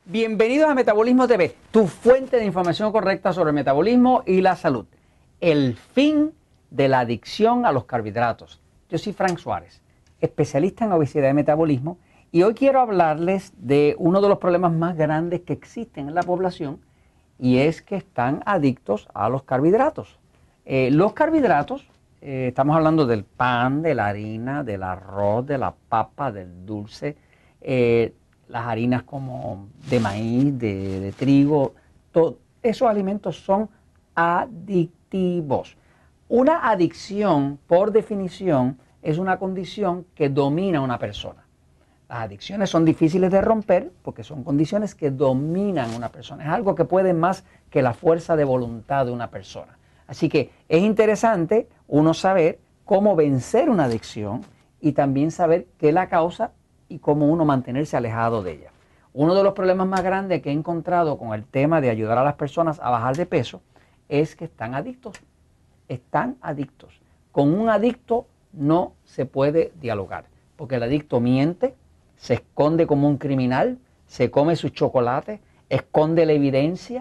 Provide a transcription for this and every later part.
Bienvenidos a Metabolismo TV, tu fuente de información correcta sobre el metabolismo y la salud. El fin de la adicción a los carbohidratos. Yo soy Frank Suárez, especialista en obesidad y metabolismo, y hoy quiero hablarles de uno de los problemas más grandes que existen en la población, y es que están adictos a los carbohidratos. Los carbohidratos, estamos hablando del pan, de la harina, del arroz, de la papa, del dulce, las harinas como de maíz, de trigo, todos esos alimentos son adictivos. Una adicción, por definición, es una condición que domina a una persona. Las adicciones son difíciles de romper porque son condiciones que dominan a una persona. Es algo que puede más que la fuerza de voluntad de una persona. Así que es interesante uno saber cómo vencer una adicción y también saber qué la causa y cómo uno mantenerse alejado de ella. Uno de los problemas más grandes que he encontrado con el tema de ayudar a las personas a bajar de peso es que están adictos. Están adictos. Con un adicto no se puede dialogar, porque el adicto miente, se esconde como un criminal, se come sus chocolates, esconde la evidencia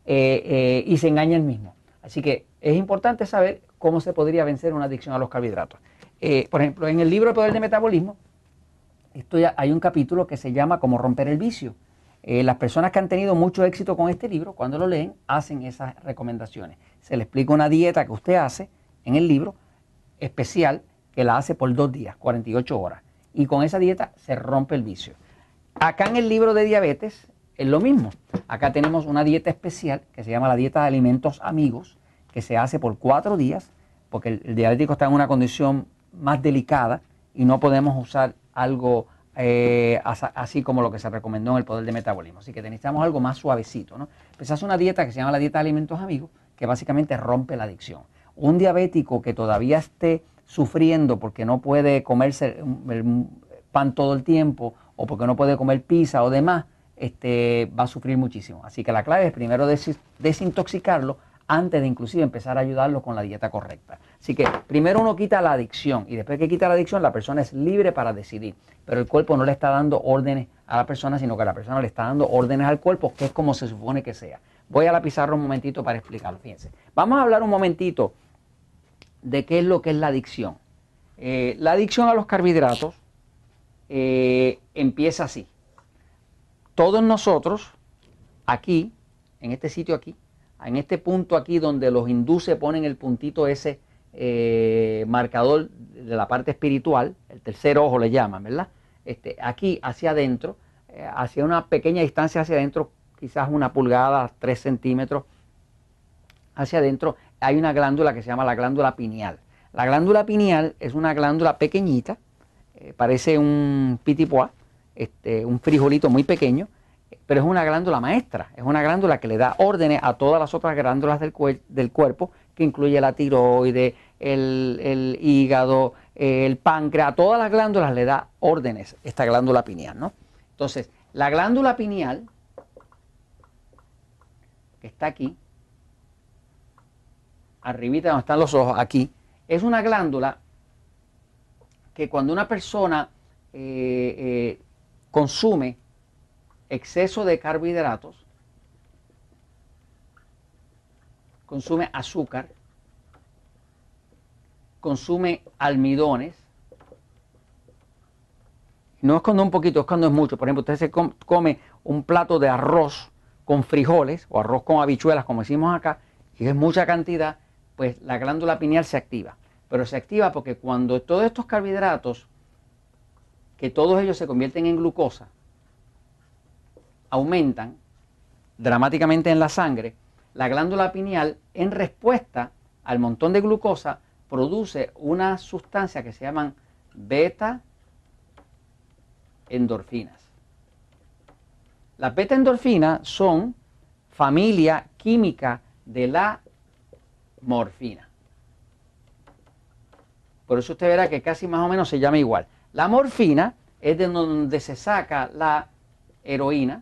y se engaña él mismo. Así que es importante saber cómo se podría vencer una adicción a los carbohidratos. Por ejemplo, en el libro El Poder del Metabolismo, hay un capítulo que se llama Cómo romper el vicio. Las personas que han tenido mucho éxito con este libro, cuando lo leen, hacen esas recomendaciones. Se le explica una dieta que usted hace en el libro, especial, que la hace por 2 días, 48 horas. Y con esa dieta se rompe el vicio. Acá en el libro de diabetes es lo mismo. Acá tenemos una dieta especial que se llama la dieta de alimentos amigos, que se hace por 4 días, porque el diabético está en una condición más delicada y no podemos usar algo así como lo que se recomendó en El Poder del Metabolismo. Así que necesitamos algo más suavecito, ¿no? Pues hace una dieta que se llama la dieta de alimentos amigos, que básicamente rompe la adicción. Un diabético que todavía esté sufriendo porque no puede comerse el pan todo el tiempo o porque no puede comer pizza o demás, va a sufrir muchísimo. Así que la clave es primero desintoxicarlo antes de inclusive empezar a ayudarlo con la dieta correcta. Así que primero uno quita la adicción y después que quita la adicción la persona es libre para decidir. Pero el cuerpo no le está dando órdenes a la persona, sino que la persona le está dando órdenes al cuerpo, que es como se supone que sea. Voy a la pizarra un momentito para explicarlo, fíjense. Vamos a hablar un momentito de qué es lo que es la adicción. La adicción a los carbohidratos empieza así. Todos nosotros, aquí, en este sitio aquí, en este punto aquí donde los hindúes ponen el puntito ese marcador de la parte espiritual, el tercer ojo le llaman, ¿verdad? Aquí hacia adentro, hacia una pequeña distancia hacia adentro, quizás 1 pulgada, 3 centímetros, hacia adentro hay una glándula que se llama la glándula pineal. La glándula pineal es una glándula pequeñita, parece un pitipoa, un frijolito muy pequeño, pero es una glándula maestra, es una glándula que le da órdenes a todas las otras glándulas del cuerpo, que incluye la tiroides, el hígado, el páncreas, a todas las glándulas le da órdenes esta glándula pineal, ¿no? Entonces, la glándula pineal, que está aquí, arribita donde están los ojos, aquí, es una glándula que cuando una persona consume exceso de carbohidratos, consume azúcar, consume almidones, no es cuando un poquito, es cuando es mucho. Por ejemplo, usted se come un plato de arroz con frijoles o arroz con habichuelas, como decimos acá, y es mucha cantidad, pues la glándula pineal se activa. Pero se activa porque cuando todos estos carbohidratos, que todos ellos se convierten en glucosa, aumentan dramáticamente en la sangre, la glándula pineal, en respuesta al montón de glucosa, produce una sustancia que se llaman beta endorfinas. Las beta endorfinas son familia química de la morfina. Por eso usted verá que casi más o menos se llama igual. La morfina es de donde se saca la heroína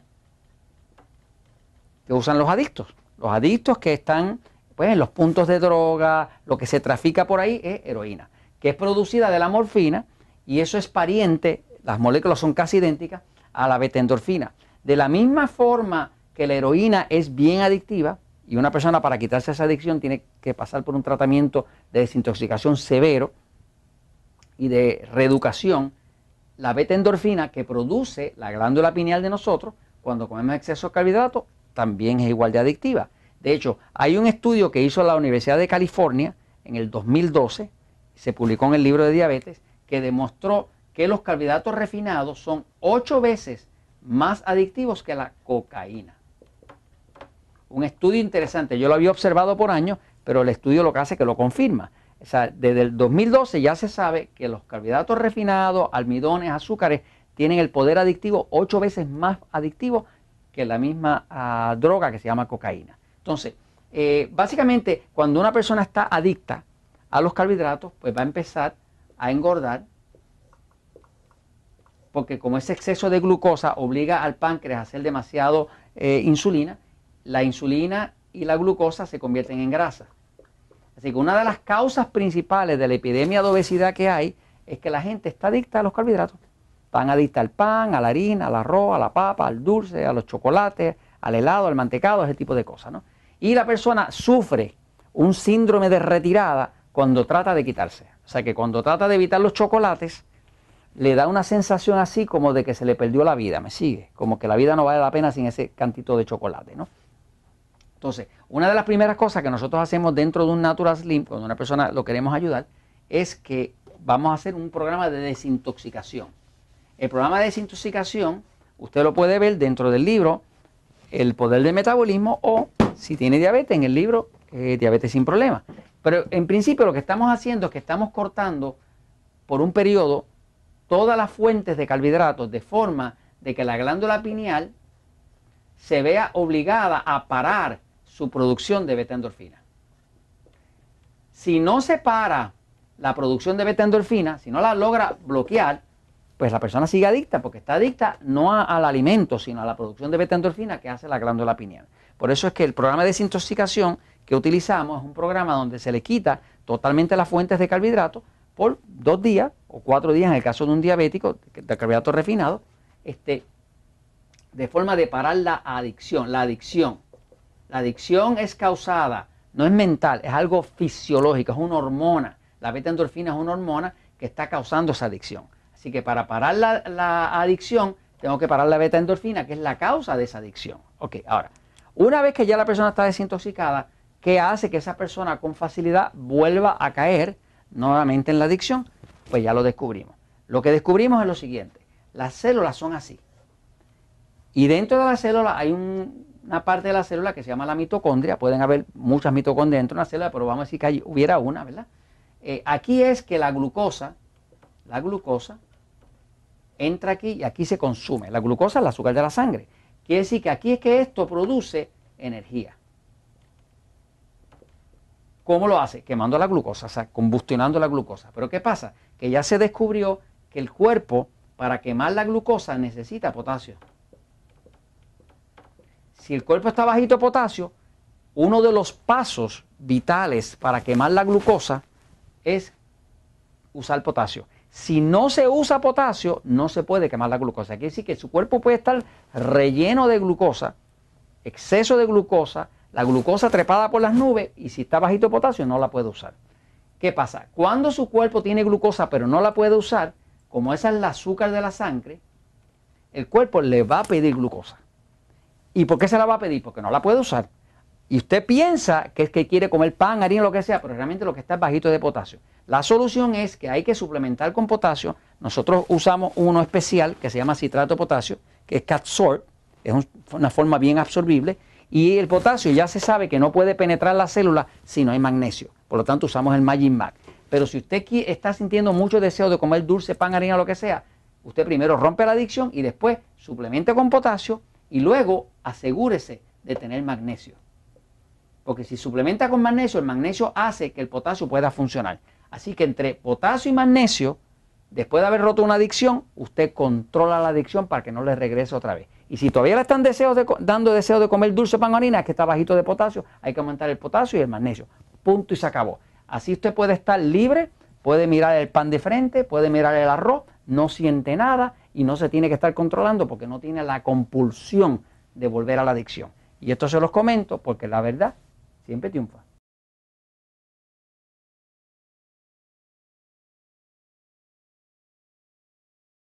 que usan los adictos. Los adictos que están pues, en los puntos de droga, lo que se trafica por ahí es heroína, que es producida de la morfina, y eso es pariente, las moléculas son casi idénticas a la beta endorfina. De la misma forma que la heroína es bien adictiva, y una persona para quitarse esa adicción tiene que pasar por un tratamiento de desintoxicación severo y de reeducación, la beta-endorfina que produce la glándula pineal de nosotros cuando comemos exceso de carbohidratos también es igual de adictiva. De hecho, hay un estudio que hizo la Universidad de California en el 2012, se publicó en el libro de diabetes, que demostró que los carbohidratos refinados son 8 veces más adictivos que la cocaína. Un estudio interesante, yo lo había observado por años, pero el estudio lo que hace es que lo confirma. O sea, desde el 2012 ya se sabe que los carbohidratos refinados, almidones, azúcares, tienen el poder adictivo 8 veces más adictivo que la misma droga que se llama cocaína. Entonces, básicamente, cuando una persona está adicta a los carbohidratos, pues va a empezar a engordar, porque como ese exceso de glucosa obliga al páncreas a hacer demasiado insulina, la insulina y la glucosa se convierten en grasa. Así que una de las causas principales de la epidemia de obesidad que hay es que la gente está adicta a los carbohidratos. Están adicta al pan, a la harina, al arroz, a la papa, al dulce, a los chocolates, al helado, al mantecado, ese tipo de cosas, ¿no? Y la persona sufre un síndrome de retirada cuando trata de quitarse. O sea que cuando trata de evitar los chocolates, le da una sensación así como de que se le perdió la vida, ¿me sigue? Como que la vida no vale la pena sin ese cantito de chocolate, ¿no? Entonces, una de las primeras cosas que nosotros hacemos dentro de un Natural Slim, cuando una persona lo queremos ayudar, es que vamos a hacer un programa de desintoxicación. El programa de desintoxicación, usted lo puede ver dentro del libro El Poder del Metabolismo, o si tiene diabetes, en el libro Diabetes sin Problemas. Pero en principio lo que estamos haciendo es que estamos cortando por un periodo todas las fuentes de carbohidratos de forma de que la glándula pineal se vea obligada a parar su producción de beta-endorfina. Si no se para la producción de beta-endorfina, si no la logra bloquear, pues la persona sigue adicta, porque está adicta no al alimento, sino a la producción de beta-endorfina que hace la glándula pineal. Por eso es que el programa de desintoxicación que utilizamos es un programa donde se le quita totalmente las fuentes de carbohidratos por 2 días o 4 días en el caso de un diabético de carbohidratos refinados, de forma de parar la adicción. La adicción es causada, no es mental, es algo fisiológico, es una hormona. La beta-endorfina es una hormona que está causando esa adicción. Así que para parar la adicción, tengo que parar la beta-endorfina, que es la causa de esa adicción. Ok, ahora, una vez que ya la persona está desintoxicada, ¿qué hace que esa persona con facilidad vuelva a caer nuevamente en la adicción? Pues ya lo descubrimos. Lo que descubrimos es lo siguiente: las células son así. Y dentro de la célula hay una parte de la célula que se llama la mitocondria. Pueden haber muchas mitocondrias dentro de una célula, pero vamos a decir que hubiera una, ¿verdad? Aquí es que la glucosa entra aquí y aquí se consume. La glucosa es el azúcar de la sangre. Quiere decir que aquí es que esto produce energía. ¿Cómo lo hace? Quemando la glucosa, o sea, combustionando la glucosa. Pero ¿qué pasa? Que ya se descubrió que el cuerpo, para quemar la glucosa, necesita potasio. Si el cuerpo está bajito de potasio, uno de los pasos vitales para quemar la glucosa es usar potasio. Si no se usa potasio, no se puede quemar la glucosa. Quiere decir que su cuerpo puede estar relleno de glucosa, exceso de glucosa, la glucosa trepada por las nubes, y si está bajito de potasio no la puede usar. ¿Qué pasa? Cuando su cuerpo tiene glucosa pero no la puede usar, como esa es el azúcar de la sangre, el cuerpo le va a pedir glucosa. ¿Y por qué se la va a pedir? Porque no la puede usar. Y usted piensa que es que quiere comer pan, harina, lo que sea, pero realmente lo que está es bajito de potasio. La solución es que hay que suplementar con potasio. Nosotros usamos uno especial que se llama citrato de potasio, que es Catsorb, es una forma bien absorbible. Y el potasio ya se sabe que no puede penetrar la célula si no hay magnesio. Por lo tanto, usamos el Magic Mac. Pero si usted está sintiendo mucho deseo de comer dulce, pan, harina, lo que sea, usted primero rompe la adicción y después suplemente con potasio y luego asegúrese de tener magnesio. Porque si suplementa con magnesio, el magnesio hace que el potasio pueda funcionar. Así que entre potasio y magnesio, después de haber roto una adicción, usted controla la adicción para que no le regrese otra vez. Y si todavía le están dando deseo de comer dulce, pan o harina, es que está bajito de potasio, hay que aumentar el potasio y el magnesio. Punto y se acabó. Así usted puede estar libre, puede mirar el pan de frente, puede mirar el arroz, no siente nada y no se tiene que estar controlando porque no tiene la compulsión de volver a la adicción. Y esto se los comento porque la verdad siempre triunfa.